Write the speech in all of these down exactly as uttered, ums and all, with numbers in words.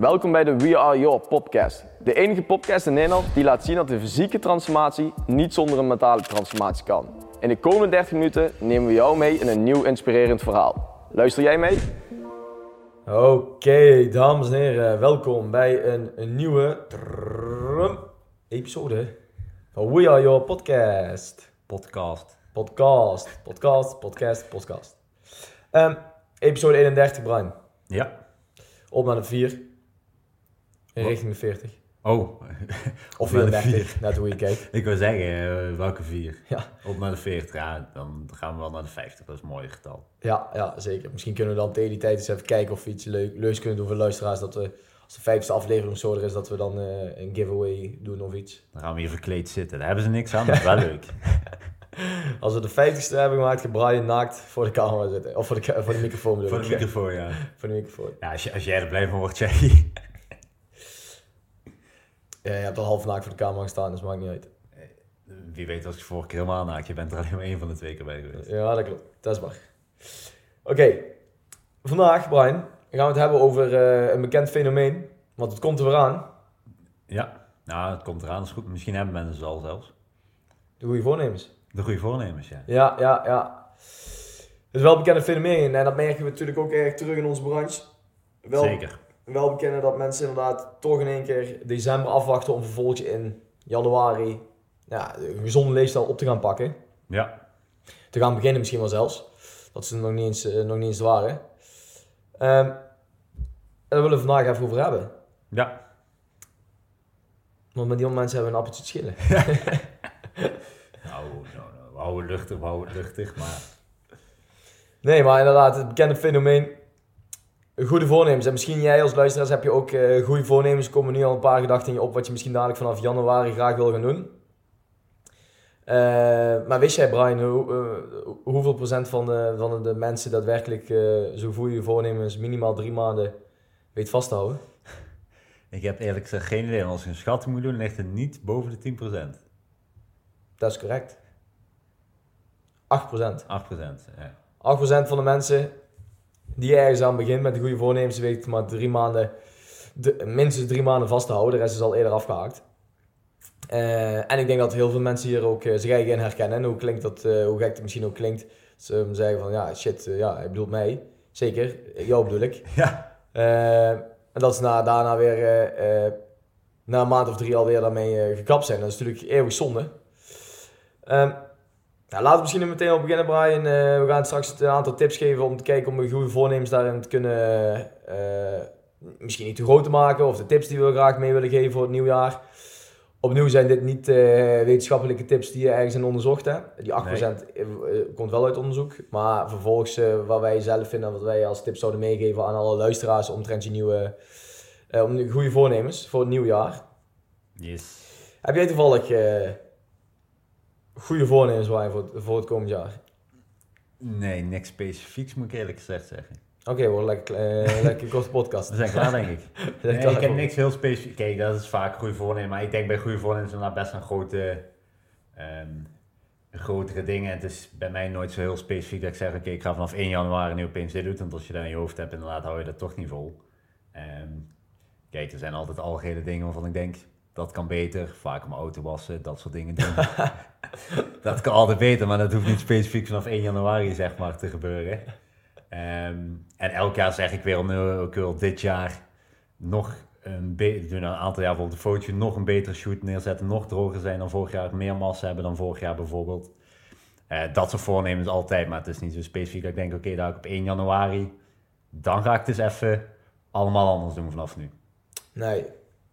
Welkom bij de We Are Your podcast. De enige podcast in Nederland die laat zien dat de fysieke transformatie niet zonder een mentale transformatie kan. In de komende dertig minuten nemen we jou mee in een nieuw inspirerend verhaal. Luister jij mee? Oké, okay, dames en heren, welkom bij een, een nieuwe trrrrum, episode van We Are Your podcast. Podcast. Podcast, podcast, podcast, podcast. Um, episode eenendertig, Brian. Ja. Op naar de vier. In richting de veertig. Oh. Of vierendertig, net hoe je kijkt. Ik wil zeggen, uh, welke vier? Ja. Op naar de veertig, ja, dan gaan we wel naar de vijftig. Dat is een mooi getal. Ja, ja, zeker. Misschien kunnen we dan tegen die tijd eens even kijken of we iets leuk, leuks kunnen doen voor luisteraars. Dat we, als de vijftigste aflevering zo er is, dat we dan uh, een giveaway doen of iets. Dan gaan we hier verkleed zitten. Daar hebben ze niks aan, maar wel leuk. Als we de vijftigste hebben gemaakt, gaat Brian naakt voor de camera zitten. Of voor de, voor de microfoon bedoel Voor ik. de microfoon, ja. Voor de microfoon. Ja, als, je, als jij er blij van wordt, Jackie. Ja, je hebt al half naakt voor de camera gestaan, dus maakt niet uit. Wie weet als je vorige keer helemaal naakt. Je bent er alleen maar één van de twee keer bij geweest. Ja, dat klopt. Dat is waar. Oké. Okay. Vandaag, Brian, gaan we het hebben over uh, een bekend fenomeen. Want het komt er weer aan. Ja, nou, het komt eraan. Dat is goed. Misschien hebben mensen ze al zelfs. De goede voornemens. De goede voornemens, ja. Ja, ja, ja. Het is wel een bekende fenomeen en dat merken we natuurlijk ook erg terug in onze branche. Wel, Zeker. Wel bekennen dat mensen inderdaad toch in één keer december afwachten om vervolgens in januari ja, een gezonde leefstijl op te gaan pakken. Ja. Te gaan beginnen misschien wel zelfs. Dat ze nog niet eens, uh, nog niet eens waren. Um, en daar willen we vandaag even over hebben. Ja. Want met die mensen hebben we een appeltje te schillen. nou, nou, nou, we houden luchtig, we houden luchtig, maar... Nee, maar inderdaad, het bekende fenomeen... Goede voornemens. En misschien jij als luisteraars heb je ook uh, goede voornemens. Er komen nu al een paar gedachten in je op wat je misschien dadelijk vanaf januari graag wil gaan doen. Uh, maar wist jij, Brian, hoe, uh, hoeveel procent van de, van de mensen daadwerkelijk uh, zo'n goede voornemens minimaal drie maanden weet vasthouden? Ik heb eerlijk gezegd geen idee. Als je een schatting moet doen, ligt het niet boven de tien procent. Dat is correct. acht procent. acht procent, ja. acht procent van de mensen die ergens aan begint met de goede voornemens, weet maar drie maanden, de, minstens drie maanden vast te houden. De rest is al eerder afgehaakt. Uh, en ik denk dat heel veel mensen hier ook uh, zich eigen in herkennen. En hoe, klinkt dat, uh, hoe gek het misschien ook klinkt. Ze zeggen van, ja, shit, uh, ja, hij bedoelt mij. Zeker, jou bedoel ik. Ja. Uh, en dat ze na, daarna weer, uh, uh, na een maand of drie alweer daarmee uh, gekapt zijn. Dat is natuurlijk eeuwig zonde. Um, Nou, laten we misschien meteen al beginnen, Brian. Uh, we gaan straks een aantal tips geven om te kijken om een goede voornemens daarin te kunnen, uh, misschien niet te groot te maken. Of de tips die we graag mee willen geven voor het nieuwjaar. Opnieuw zijn dit niet uh, wetenschappelijke tips die je ergens in onderzocht hebt. Die acht procent nee. uh, komt wel uit onderzoek. Maar vervolgens uh, wat wij zelf vinden en wat wij als tips zouden meegeven aan alle luisteraars omtrent je nieuwe uh, om goede voornemens voor het nieuwjaar. Yes. Heb jij toevallig... Uh, goede voornemens waar voor, voor het komend jaar? Nee, niks specifieks moet ik eerlijk gezegd zeggen. Oké, okay, wordt lekker, uh, lekker korte podcast. We zijn klaar, denk ik. Nee, klaar ik heb voor. niks heel specifiek. Kijk, dat is vaak goede voornemen. Maar ik denk bij goede voornemens inderdaad best een grote, um, grotere dingen. En het is bij mij nooit zo heel specifiek dat ik zeg, oké, okay, ik ga vanaf één januari nu opeens dit doen. Want als je dat in je hoofd hebt, inderdaad hou je dat toch niet vol. Um, kijk, er zijn altijd algehele dingen waarvan ik denk, dat kan beter. Vaak mijn auto wassen, dat soort dingen doen. Dat kan altijd beter, maar dat hoeft niet specifiek vanaf één januari zeg maar te gebeuren. Um, en elk jaar zeg ik weer om ook wel dit jaar nog een beter, doen een aantal jaar bijvoorbeeld een fotootje, nog een betere shoot neerzetten, nog droger zijn dan vorig jaar, meer massa hebben dan vorig jaar bijvoorbeeld. Uh, dat soort voornemens altijd, maar het is niet zo specifiek dat ik denk, oké, okay, daar op één januari, dan ga ik dus even allemaal anders doen vanaf nu. Nee.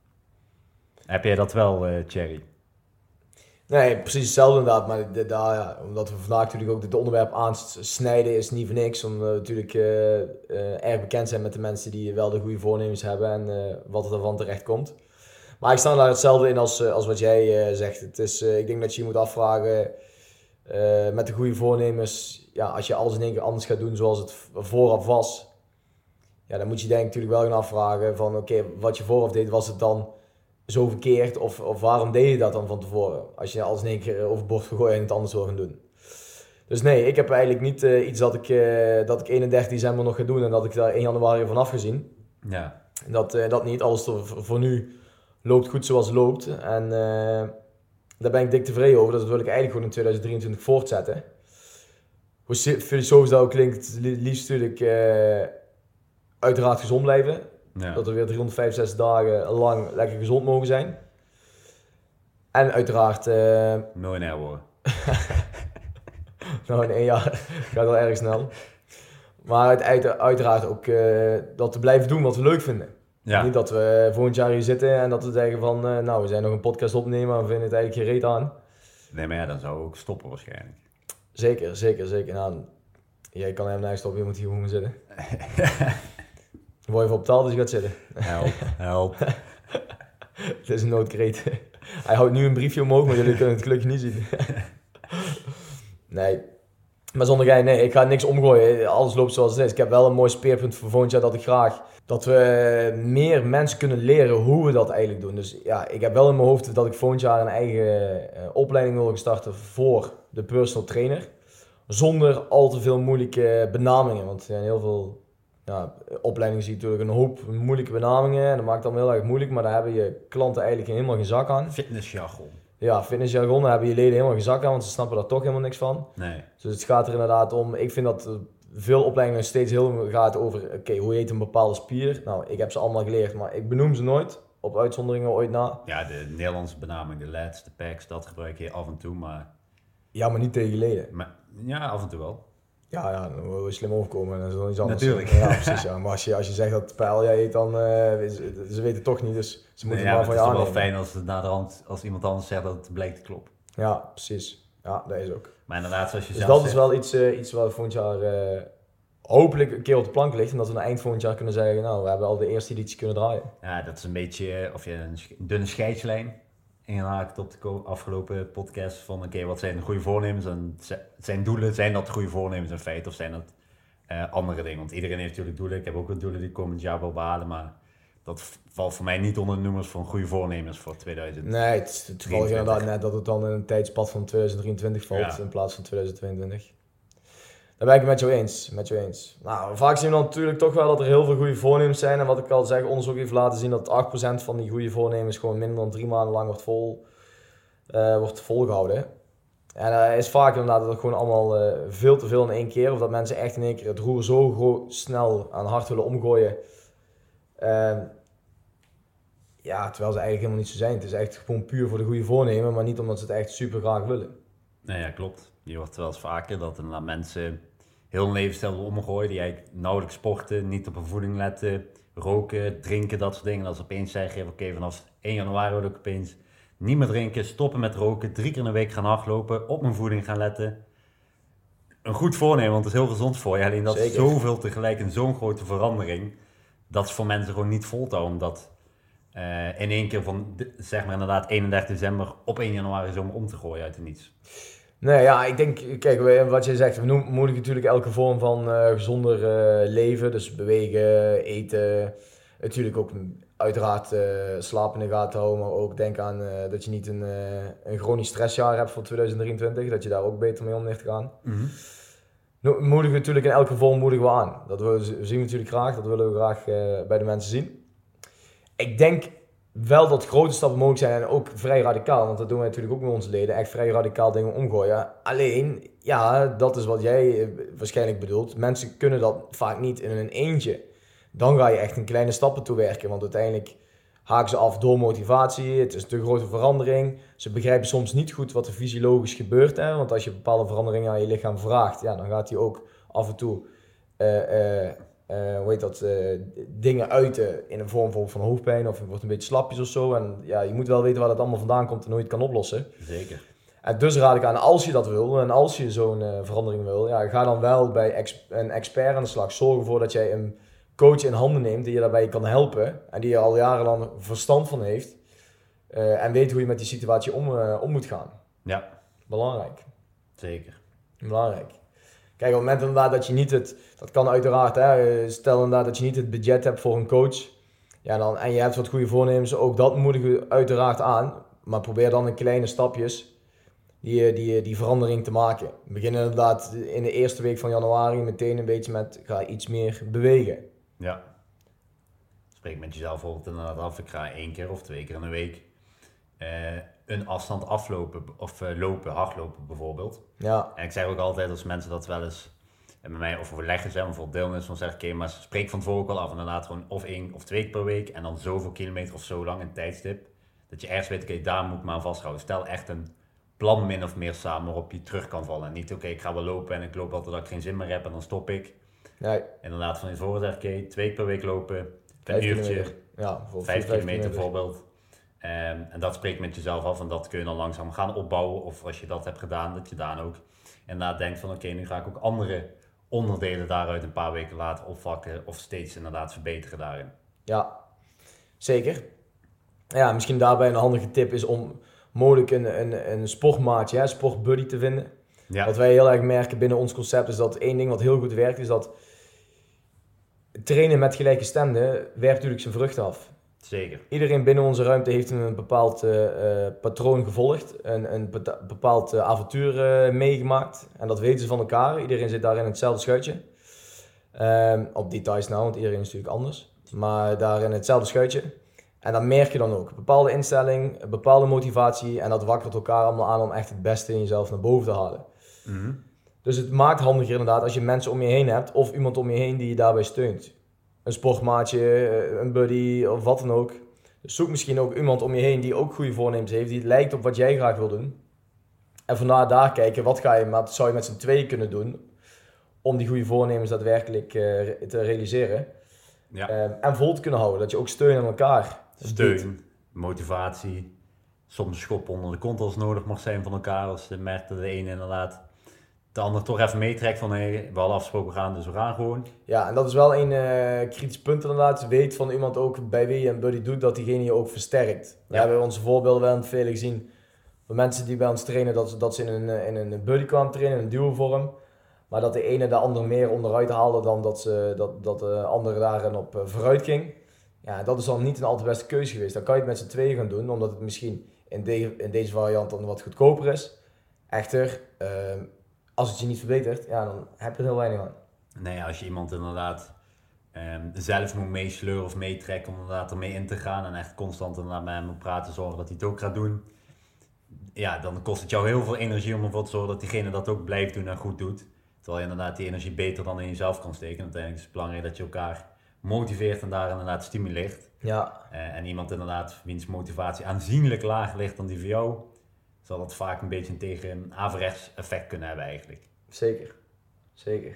Heb jij dat wel, uh, Thierry? Nee, precies hetzelfde inderdaad, maar de, de, ja, omdat we vandaag natuurlijk ook het onderwerp aansnijden is niet voor niks. Omdat we natuurlijk uh, uh, erg bekend zijn met de mensen die wel de goede voornemens hebben en uh, wat er daarvan terecht komt. Maar ik sta daar hetzelfde in als, als wat jij uh, zegt. Het is, uh, ik denk dat je je moet afvragen uh, met de goede voornemens, ja, als je alles in één keer anders gaat doen zoals het vooraf was, ja, dan moet je denk ik natuurlijk wel gaan afvragen van oké, okay, wat je vooraf deed, was het dan zo verkeerd of, of waarom deed je dat dan van tevoren? Als je alles in één keer overboord gegooid en het anders wil gaan doen. Dus nee, ik heb eigenlijk niet uh, iets dat ik, uh, dat ik eenendertig december nog ga doen en dat ik daar één januari van af gezien. Ja. Dat, uh, dat niet. Alles to, voor nu loopt goed zoals het loopt. En uh, daar ben ik dik tevreden over. Dat wil ik eigenlijk gewoon in tweeduizend drieëntwintig voortzetten. Hoe filosofisch dat ook klinkt, liefst natuurlijk uh, uiteraard gezond blijven. Ja. Dat we weer driehonderdvijfenzestig dagen lang lekker gezond mogen zijn. En uiteraard... Uh, miljonair worden. Nou, in één jaar gaat wel erg snel. Maar uit, uiteraard ook uh, dat te blijven doen wat we leuk vinden. Ja. Niet dat we volgend jaar hier zitten en dat we zeggen van... Uh, nou, we zijn nog een podcast opnemen, maar we vinden het eigenlijk geen reet aan. Nee, maar ja, dan zou we ook stoppen waarschijnlijk. Zeker, zeker, zeker. Nou, jij kan hem nergens stoppen, je moet hier gewoon zitten. Je wordt even op taal, dus je gaat zitten. Help, help. Het is een noodkreet. Hij houdt nu een briefje omhoog, maar jullie kunnen het gelukkig niet zien. Nee. Maar zonder gein, nee, ik ga niks omgooien. Alles loopt zoals het is. Ik heb wel een mooi speerpunt voor volgend jaar dat ik graag... dat we meer mensen kunnen leren hoe we dat eigenlijk doen. Dus ja, ik heb wel in mijn hoofd dat ik volgend jaar een eigen uh, opleiding wil starten voor de personal trainer. Zonder al te veel moeilijke benamingen. Want er zijn heel veel ja, opleidingen zie je natuurlijk een hoop moeilijke benamingen. En dat maakt het allemaal heel erg moeilijk. Maar daar hebben je klanten eigenlijk helemaal geen zak aan. Fitnessjargon. Ja, fitnessjargon, daar hebben je leden helemaal geen zak aan, want ze snappen daar toch helemaal niks van. Nee. Dus het gaat er inderdaad om, ik vind dat veel opleidingen steeds heel gaat over, oké, okay, hoe heet een bepaalde spier? Nou, ik heb ze allemaal geleerd, maar ik benoem ze nooit, op uitzonderingen ooit na. Ja, de Nederlandse benaming, de lats, de packs, dat gebruik je af en toe, maar... Ja, maar niet tegen je leden. Maar, ja, af en toe wel. Ja, ja, dan wil je slim overkomen en dat is wel iets anders. Natuurlijk. Ja, precies, ja. Maar als je, als je zegt dat het pijl jij heet, dan uh, ze, ze weten het toch niet, dus ze moeten nee, het ja, maar van je aannemen. Het is wel fijn als, het naderhand, als iemand anders zegt dat het blijkt te kloppen. Ja, precies. Ja, dat is ook. Maar inderdaad, zoals je dus zelf dat zegt, is wel iets, uh, iets wat volgend jaar uh, hopelijk een keer op de plank ligt. En dat we aan eind volgend jaar kunnen zeggen, nou, we hebben al de eerste editie kunnen draaien. Ja, dat is een beetje, of je een dunne scheidslijn. Ingehaakt op de afgelopen podcast van oké, okay, wat zijn de goede voornemens en zijn doelen? Zijn dat goede voornemens in feite of zijn dat uh, andere dingen? Want iedereen heeft natuurlijk doelen. Ik heb ook wel doelen die komend jaar wil behalen, maar dat valt voor mij niet onder de noemers van goede voornemens voor tweeduizend drieëntwintig. Nee, het is toevallig inderdaad net dat het dan in een tijdspad van tweeduizend drieëntwintig valt ja. in plaats van tweeduizend tweeëntwintig. Daar ben ik het met jou eens. Met jou eens. Nou, vaak zien we dan natuurlijk toch wel dat er heel veel goede voornemens zijn. En wat ik al zeg, onderzoek heeft laten zien dat acht procent van die goede voornemens gewoon minder dan drie maanden lang wordt, vol, uh, wordt volgehouden. En dat uh, is vaak inderdaad dat het gewoon allemaal uh, veel te veel in één keer. Of dat mensen echt in één keer het roer zo gro- snel aan hard willen omgooien. Uh, ja, terwijl ze eigenlijk helemaal niet zo zijn. Het is echt gewoon puur voor de goede voornemen, maar niet omdat ze het echt super graag willen. Nee, ja, klopt. Je hoort wel eens vaker dat er naar mensen heel hun levensstijl omgooien, die eigenlijk nauwelijks sporten, niet op hun voeding letten, roken, drinken, dat soort dingen. En als ze opeens zeggen, oké, okay, vanaf één januari wil ik opeens niet meer drinken, stoppen met roken, drie keer in de week gaan hardlopen, op mijn voeding gaan letten. Een goed voornemen, want het is heel gezond voor je. Alleen dat is zoveel tegelijk en zo'n grote verandering, dat is voor mensen gewoon niet vol te houden. Omdat uh, in één keer van, zeg maar inderdaad, eenendertig december op één januari zomaar om te gooien uit het niets. Nee, ja, ik denk, kijk, wat je zegt, we moedigen natuurlijk elke vorm van uh, gezonder uh, leven, dus bewegen, eten, natuurlijk ook uiteraard uh, slapen in de gaten houden, maar ook denk aan uh, dat je niet een, uh, een chronisch stressjaar hebt voor tweeduizend drieëntwintig, dat je daar ook beter mee om ligt te gaan. Mm-hmm. Nou, moedigen we natuurlijk in elke vorm moedigen we aan. Dat we, zien we natuurlijk graag, dat willen we graag uh, bij de mensen zien. Ik denk wel dat grote stappen mogelijk zijn en ook vrij radicaal, want dat doen wij natuurlijk ook met onze leden, echt vrij radicaal dingen omgooien. Alleen, ja, dat is wat jij waarschijnlijk bedoelt, mensen kunnen dat vaak niet in een eentje. Dan ga je echt in kleine stappen toewerken, want uiteindelijk haken ze af door motivatie, het is een te grote verandering. Ze begrijpen soms niet goed wat er fysiologisch gebeurt, hè? Want als je bepaalde veranderingen aan je lichaam vraagt, ja, dan gaat hij ook af en toe uh, uh, Uh, hoe heet dat, uh, dingen uiten in een vorm van, van hoofdpijn of je wordt een beetje slapjes of zo. En ja, je moet wel weten waar dat allemaal vandaan komt en hoe je het kan oplossen. Zeker. En dus raad ik aan, als je dat wil en als je zo'n uh, verandering wil, ja, ga dan wel bij ex- een expert aan de slag. Zorg ervoor dat jij een coach in handen neemt die je daarbij kan helpen en die er al jarenlang verstand van heeft. Uh, en weet hoe je met die situatie om, uh, om moet gaan. Ja. Belangrijk. Zeker. Belangrijk. Kijk, op het moment inderdaad dat je niet het, dat kan uiteraard, hè, stel inderdaad dat je niet het budget hebt voor een coach, ja, dan, en je hebt wat goede voornemens, ook dat moedigen we uiteraard aan, maar probeer dan in kleine stapjes die, die, die verandering te maken. Begin inderdaad in de eerste week van januari meteen een beetje met, ga iets meer bewegen. Ja, Spreek met jezelf bijvoorbeeld inderdaad af, ik ga één keer of twee keer in de week uh, een afstand aflopen of uh, lopen, hardlopen bijvoorbeeld. Ja. En ik zeg ook altijd als mensen dat wel eens en bij mij of overleggen zijn, bijvoorbeeld deelnemers, dan zeg ik, oké, okay, maar spreek van tevoren ook al af, inderdaad gewoon of één of twee keer per week en dan zoveel kilometer of zo lang een tijdstip, dat je ergens weet, oké, okay, daar moet ik me aan vasthouden. Stel echt een plan min of meer samen waarop je terug kan vallen. En niet, oké, okay, ik ga wel lopen en ik loop altijd dat ik geen zin meer heb en dan stop ik. Nee. Inderdaad, van tevoren zeg ik, oké, okay, twee keer per week lopen, een uurtje, ja, vijf kilometer bijvoorbeeld. Um, en dat spreekt met jezelf af en dat kun je dan langzaam gaan opbouwen. Of als je dat hebt gedaan, dat je dan ook inderdaad denkt van oké, okay, nu ga ik ook andere onderdelen daaruit een paar weken later opvakken of steeds inderdaad verbeteren daarin. Ja, zeker. Ja, misschien daarbij een handige tip is om mogelijk een, een, een sportmaatje, een sportbuddy te vinden. Ja. Wat wij heel erg merken binnen ons concept is dat één ding wat heel goed werkt, is dat trainen met gelijkgestemden werkt natuurlijk zijn vruchten af. Zeker. Iedereen binnen onze ruimte heeft een bepaald uh, patroon gevolgd, een, een bepaald uh, avontuur uh, meegemaakt. En dat weten ze van elkaar. Iedereen zit daar in hetzelfde schuitje. Um, op details nou, want iedereen is natuurlijk anders. Maar daar in hetzelfde schuitje. En dat merk je dan ook. Een bepaalde instelling, een bepaalde motivatie. En dat wakkert elkaar allemaal aan om echt het beste in jezelf naar boven te halen. Mm-hmm. Dus het maakt handiger inderdaad als je mensen om je heen hebt. Of iemand om je heen die je daarbij steunt. Een sportmaatje, een buddy of wat dan ook. Dus zoek misschien ook iemand om je heen die ook goede voornemens heeft. Die het lijkt op wat jij graag wil doen. En vanuit daar kijken, wat ga je met, zou je met z'n tweeën kunnen doen. Om die goede voornemens daadwerkelijk uh, te realiseren. Ja. Um, en vol te kunnen houden. Dat je ook steun aan elkaar Steun, biedt. motivatie. Soms schop onder de kont als nodig mag zijn van elkaar. Als je merkt dat de ene inderdaad de ander toch even meetrekt van hey, we hadden afgesproken gaan, dus we gaan gewoon. Ja, en dat is wel een uh, kritisch punt inderdaad. Weet van iemand ook bij wie je een buddy doet, dat diegene je ook versterkt. We ja. hebben onze voorbeelden wel in het vele gezien. Van mensen die bij ons trainen, dat, dat ze in een, in een buddy kwamen trainen, in een duo vorm. Maar dat de ene de ander meer onderuit haalde dan dat, ze, dat, dat de andere daarin op uh, vooruit ging. Ja, dat is dan niet een al te beste keuze geweest. Dan kan je het met z'n tweeën gaan doen, omdat het misschien in, de, in deze variant dan wat goedkoper is. Echter, uh, als het je niet verbetert, ja, dan heb je er heel weinig aan. Nee, als je iemand inderdaad um, zelf moet meesleuren of meetrekken om inderdaad ermee in te gaan en echt constant inderdaad met hem moet praten, zorgen dat hij het ook gaat doen. Ja, dan kost het jou heel veel energie om ervoor te zorgen dat diegene dat ook blijft doen en goed doet. Terwijl je inderdaad die energie beter dan in jezelf kan steken. Uiteindelijk is het belangrijk dat je elkaar motiveert en daar inderdaad stimuleert. Ja. Uh, en iemand inderdaad wiens motivatie aanzienlijk lager ligt dan die van jou, zal dat vaak een beetje een tegen een averechts effect kunnen hebben eigenlijk. Zeker, zeker.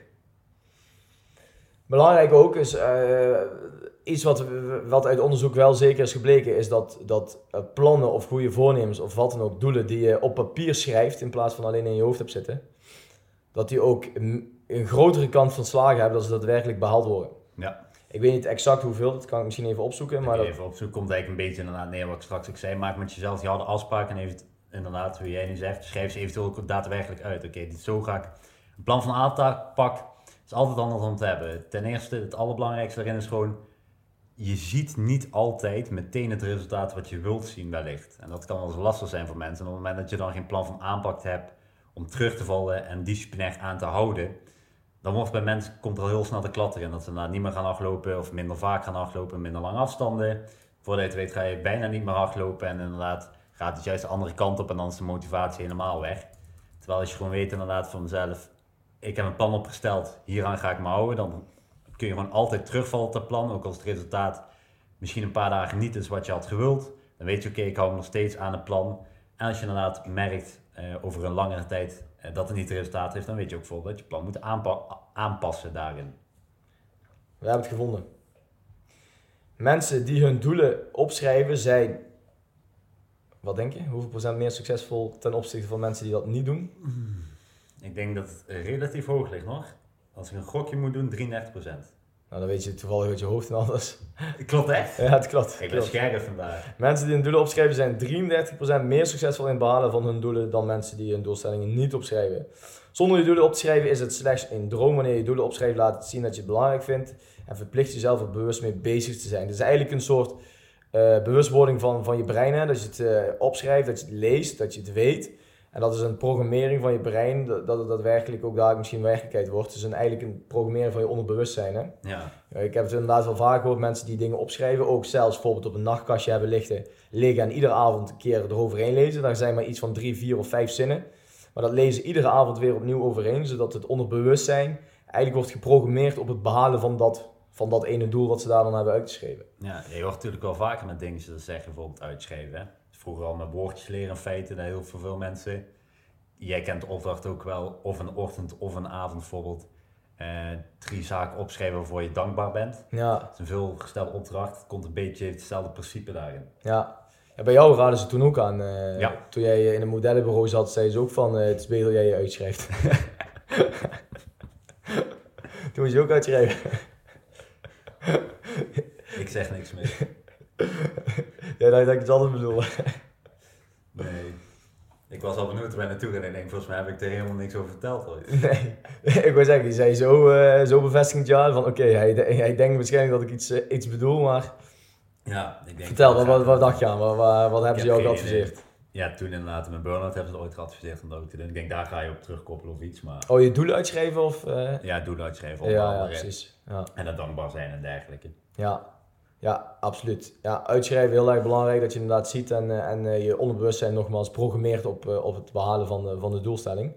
Belangrijk ook is, uh, iets wat, wat uit onderzoek wel zeker is gebleken, is dat, dat uh, plannen of goede voornemens of wat dan ook, doelen die je op papier schrijft in plaats van alleen in je hoofd hebt zitten, dat die ook een, een grotere kans van slagen hebben dat ze daadwerkelijk behaald worden. Ja. Ik weet niet exact hoeveel, dat kan ik misschien even opzoeken. Maar dat... Even opzoeken komt eigenlijk een beetje inderdaad neer wat ik straks ook zei. Maak met jezelf die harde afspraken en even, inderdaad, hoe jij nu zegt, schrijf ze eventueel ook daadwerkelijk uit. Oké, okay, zo ga ik een plan van aanpak. Het is altijd anders om te hebben. Ten eerste, het allerbelangrijkste daarin is gewoon, je ziet niet altijd meteen het resultaat wat je wilt zien wellicht. En dat kan wel eens lastig zijn voor mensen. En op het moment dat je dan geen plan van aanpak hebt om terug te vallen en disciplinair aan te houden, dan wordt bij mensen, komt er al heel snel de klatter in. Dat ze nou niet meer gaan hardlopen of minder vaak gaan hardlopen, minder lange afstanden. Voordat je het weet ga je bijna niet meer hardlopen en inderdaad gaat het juist de andere kant op en dan is de motivatie helemaal weg. Terwijl als je gewoon weet inderdaad van mezelf, ik heb een plan opgesteld, hieraan ga ik me houden, dan kun je gewoon altijd terugvallen op dat plan. Ook als het resultaat misschien een paar dagen niet is wat je had gewild, dan weet je oké, okay, ik hou me nog steeds aan het plan. En als je inderdaad merkt uh, over een langere tijd uh, dat het niet het resultaat heeft, dan weet je ook bijvoorbeeld dat je plan moet aanpa- aanpassen daarin. We hebben het gevonden. Mensen die hun doelen opschrijven zijn, wat denk je, hoeveel procent meer succesvol ten opzichte van mensen die dat niet doen? Ik denk dat het relatief hoog ligt nog. Als ik een gokje moet doen, drieëndertig procent. Nou, dan weet je toevallig uit je hoofd en alles. Klopt echt? Ja, het klopt. Ik ben scherp vandaag. Mensen die hun doelen opschrijven zijn drieëndertig procent meer succesvol in het behalen van hun doelen dan mensen die hun doelstellingen niet opschrijven. Zonder je doelen op te schrijven is het slechts een droom. Wanneer je doelen opschrijft, laat het zien dat je het belangrijk vindt en verplicht jezelf er bewust mee bezig te zijn. Het is eigenlijk een soort uh, bewustwording van, van je brein, hè? Dat je het uh, opschrijft, dat je het leest, dat je het weet. En dat is een programmering van je brein, dat dat het daadwerkelijk ook daar misschien werkelijkheid wordt. Dus een, eigenlijk een programmering van je onderbewustzijn. Hè? Ja. Ik heb het inderdaad wel vaak gehoord, mensen die dingen opschrijven, ook zelfs bijvoorbeeld op een nachtkastje hebben liggen, liggen en iedere avond een keer eroverheen lezen. Daar zijn maar iets van drie, vier of vijf zinnen. Maar dat lezen iedere avond weer opnieuw overheen, zodat het onderbewustzijn eigenlijk wordt geprogrammeerd op het behalen van dat, van dat ene doel wat ze daar dan hebben uitgeschreven. Ja, je hoort natuurlijk wel vaker met dingen dat zeggen, bijvoorbeeld uitschrijven. Hè? Vroeger al met woordjes leren in feite, dat heel veel mensen. Jij kent de opdracht ook wel, of een ochtend of een avond bijvoorbeeld. Uh, drie zaken opschrijven waarvoor je dankbaar bent. Ja. Het is een veelgestelde opdracht, het komt een beetje hetzelfde principe daarin. Ja. Ja, bij jou raden ze toen ook aan. Uh, ja. Toen jij in een modellenbureau zat, zei ze ook van, uh, het is beter dat jij je uitschrijft. Toen moest je ook uitschrijven. Ik zeg niks meer. Ja, dat ik het anders bedoel. Nee. Ik was al benieuwd waar naartoe en ik denk, volgens mij heb ik er helemaal niks over verteld ooit. Nee, ik wil zeggen, je zei zo, uh, zo bevestigend ja, van oké, okay, hij, hij denkt waarschijnlijk dat ik iets, uh, iets bedoel, maar... Ja, ik denk... Vertel, wat, wat, wat dacht je aan? Wat, wat, wat hebben ze jou geadviseerd? Idee. Ja, toen inderdaad met burn-out hebben ze het ooit geadviseerd om dat ook te doen. Ik denk, daar ga je op terugkoppelen of iets, maar... Oh, je doelen uitschrijven of... Uh... Ja, doelen uitschrijven. Ja, ja, precies. Ja. En dan dankbaar zijn en dergelijke. Ja. Ja, absoluut. Ja, uitschrijven heel erg belangrijk dat je inderdaad ziet en, uh, en uh, je onderbewustzijn nogmaals programmeert op, uh, op het behalen van, uh, van de doelstelling.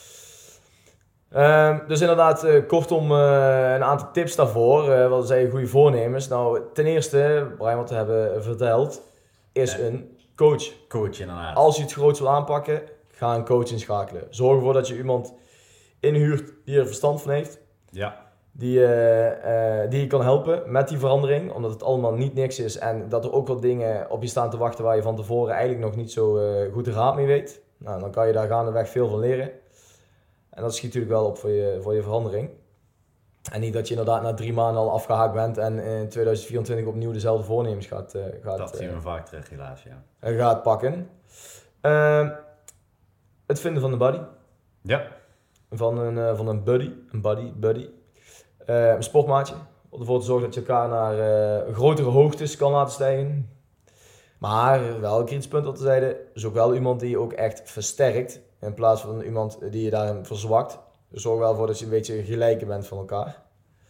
Uh, dus inderdaad, uh, kortom uh, een aantal tips daarvoor. Uh, wat zijn je goede voornemens? Nou, ten eerste, Brian, wat we hebben verteld, is ja. een coach. Coach inderdaad. Als je het groots wil aanpakken, ga een coach inschakelen. Zorg ervoor dat je iemand inhuurt die er verstand van heeft. Ja. Die, uh, uh, die je kan helpen met die verandering, omdat het allemaal niet niks is en dat er ook wat dingen op je staan te wachten waar je van tevoren eigenlijk nog niet zo uh, goed de raad mee weet. Nou, dan kan je daar gaandeweg veel van leren. En dat schiet natuurlijk wel op voor je, voor je verandering. En niet dat je inderdaad na drie maanden al afgehaakt bent en in tweeduizend vierentwintig opnieuw dezelfde voornemens gaat, uh, gaat, dat zien we uh, vaak terug helaas, ja. Uh, gaat pakken. Uh, het vinden van de buddy. Ja. Van een, uh, van een buddy, een buddy, buddy. Uh, een sportmaatje, om ervoor te zorgen dat je elkaar naar uh, grotere hoogtes kan laten stijgen. Maar wel een kritisch punt wat te zeiden, is ook wel iemand die je ook echt versterkt, in plaats van iemand die je daarin verzwakt. Dus zorg wel voor dat je een beetje gelijker bent van elkaar.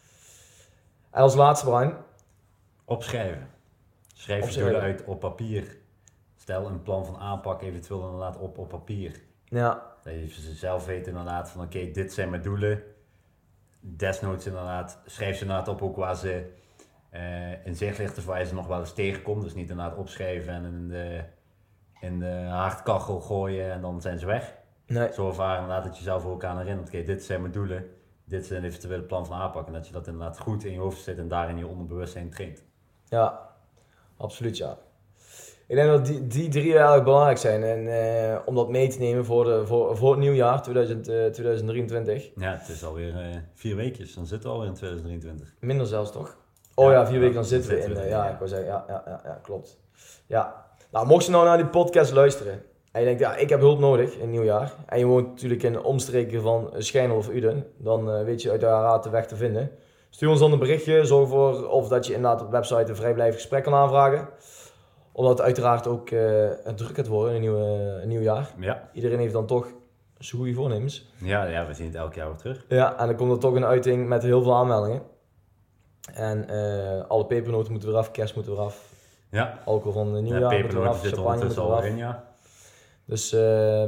En als laatste, Brian. Opschrijven. Schrijf Opschrijven. je doelen uit op papier. Stel een plan van aanpak eventueel inderdaad op op papier. Ja. Dat je zelf weet inderdaad van oké, okay, dit zijn mijn doelen. Desnoods inderdaad, schrijf ze inderdaad op ook waar ze uh, in zicht ligt of waar je ze nog wel eens tegenkomt. Dus niet inderdaad opschrijven en in de, in de haardkachel gooien en dan zijn ze weg. Nee. Zo ervaren inderdaad dat je zelf ook aan herinnert. Oké, okay, dit zijn mijn doelen, dit is een eventuele plan van aanpak. En dat je dat inderdaad goed in je hoofd zit en daarin je onderbewustzijn traint. Ja, absoluut ja. Ik denk dat die, die drie heel erg belangrijk zijn en uh, om dat mee te nemen voor, de, voor, voor het nieuwjaar tweeduizend, uh, tweeduizend drieëntwintig. Ja, het is alweer uh, vier weekjes, dan zitten we alweer in tweeduizend drieëntwintig. Minder zelfs toch? Oh ja, ja vier ja, weken dan zitten we in. We uh, ja, ik wou zeggen, ja, ja, ja, ja, klopt. Ja, nou mocht je nou naar die podcast luisteren en je denkt, ja, ik heb hulp nodig in het nieuwjaar. En je woont natuurlijk in de omstreken van Schijndel of Uden, dan uh, weet je uiteraard de weg te vinden. Stuur ons dan een berichtje, zorg ervoor of dat je inderdaad op de website een vrijblijvend gesprek kan aanvragen. Omdat het uiteraard ook uh, druk gaat worden in een, nieuwe, een nieuw jaar. Ja. Iedereen heeft dan toch zijn goede voornemens. Ja, ja, we zien het elk jaar weer terug. Ja, en dan komt er toch een uiting met heel veel aanmeldingen. En uh, alle pepernoten moeten eraf, kerst moeten eraf. Ja. Alcohol van de nieuwjaar ja, moeten eraf, champagne moet eraf. In, ja. Dus, uh,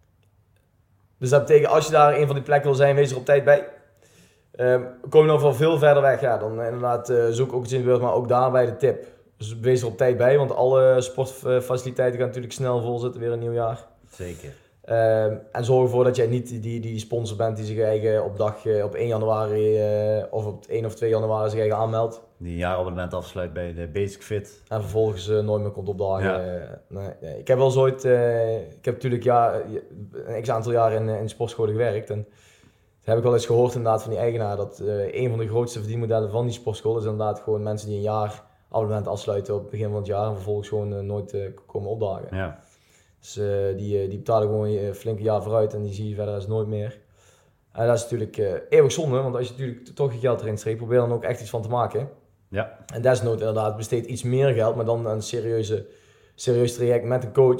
dus dat betekent, als je daar een van die plekken wil zijn, wees er op tijd bij. Uh, kom je nog wel veel verder weg, ja, dan inderdaad uh, zoek ook iets in de buurt, maar ook daarbij de tip. Dus wees er op tijd bij, want alle sportfaciliteiten gaan natuurlijk snel vol zitten weer een nieuw jaar. Zeker. Uh, en zorg ervoor dat jij niet die, die sponsor bent die zich eigen op dag uh, op één januari uh, of op één of twee januari zich eigen aanmeldt. Die een jaarabonnement afsluit bij de Basic Fit. En vervolgens uh, nooit meer komt opdagen. Ja. Uh, nee, nee. Ik heb wel eens ooit, uh, ik heb natuurlijk ja, een x-aantal jaar in, in sportscholen gewerkt. En heb ik wel eens gehoord inderdaad van die eigenaar dat uh, een van de grootste verdienmodellen van die sportschool is inderdaad gewoon mensen die een jaar abonnement afsluiten op het begin van het jaar en vervolgens gewoon uh, nooit uh, komen opdagen. Ja. Dus uh, die, uh, die betalen gewoon een flinke jaar vooruit en die zie je verder als nooit meer. En dat is natuurlijk uh, eeuwig zonde, want als je natuurlijk toch je geld erin steekt, probeer dan ook echt iets van te maken. Ja. En desnoods inderdaad besteed iets meer geld, maar dan een serieuze, serieus traject met een coach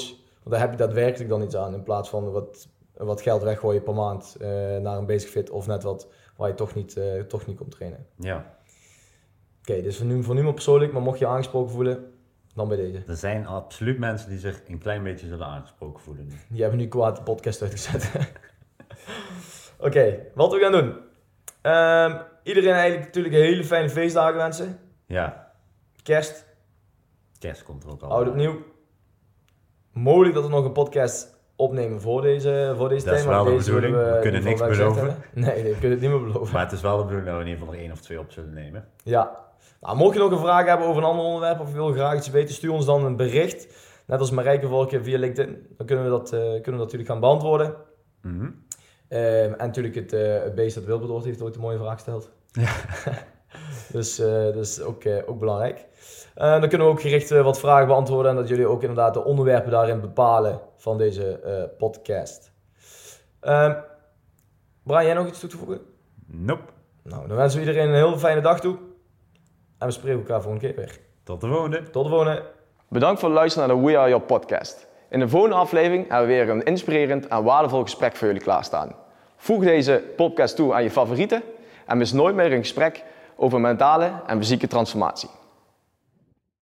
Want daar heb je daadwerkelijk dan iets aan in plaats van wat, wat geld weggooien per maand uh, naar een basic fit of net wat waar je toch niet, uh, toch niet komt trainen. Ja. Oké, okay, dus voor nu, voor nu maar persoonlijk, maar mocht je aangesproken voelen, dan bij deze. Er zijn absoluut mensen die zich een klein beetje zullen aangesproken voelen. Die hebben nu kwaad de podcast uitgezet. Oké, okay, wat we gaan doen. Um, iedereen eigenlijk natuurlijk een hele fijne feestdagen wensen. Ja. Kerst. Kerst komt er ook al. Oud opnieuw. Mogelijk dat we nog een podcast opnemen voor deze, voor deze tijd. Dat is wel de bedoeling. We, we kunnen niks beloven. Nee, we kunnen het niet meer beloven. Maar het is wel de bedoeling dat we in ieder geval er één of twee op zullen nemen. Ja. Nou, mocht je nog een vraag hebben over een ander onderwerp of je wil graag iets weten, stuur ons dan een bericht. Net als Marijke vorige keer via LinkedIn. Dan kunnen we dat, uh, kunnen we dat natuurlijk gaan beantwoorden. Mm-hmm. Uh, en natuurlijk het, uh, het beest dat Wilbert wordt heeft ooit een mooie vraag gesteld. Ja. dus uh, dat is ook, uh, ook belangrijk. Uh, dan kunnen we ook gericht uh, wat vragen beantwoorden en dat jullie ook inderdaad de onderwerpen daarin bepalen van deze uh, podcast. Uh, Brian, jij nog iets toe te voegen? Nope. Nou, dan wensen we iedereen een heel fijne dag toe. En we spreken elkaar volgende keer weer. Tot de volgende. Tot de volgende. Bedankt voor het luisteren naar de We Are Your podcast. In de volgende aflevering hebben we weer een inspirerend en waardevol gesprek voor jullie klaarstaan. Voeg deze podcast toe aan je favorieten en mis nooit meer een gesprek over mentale en fysieke transformatie.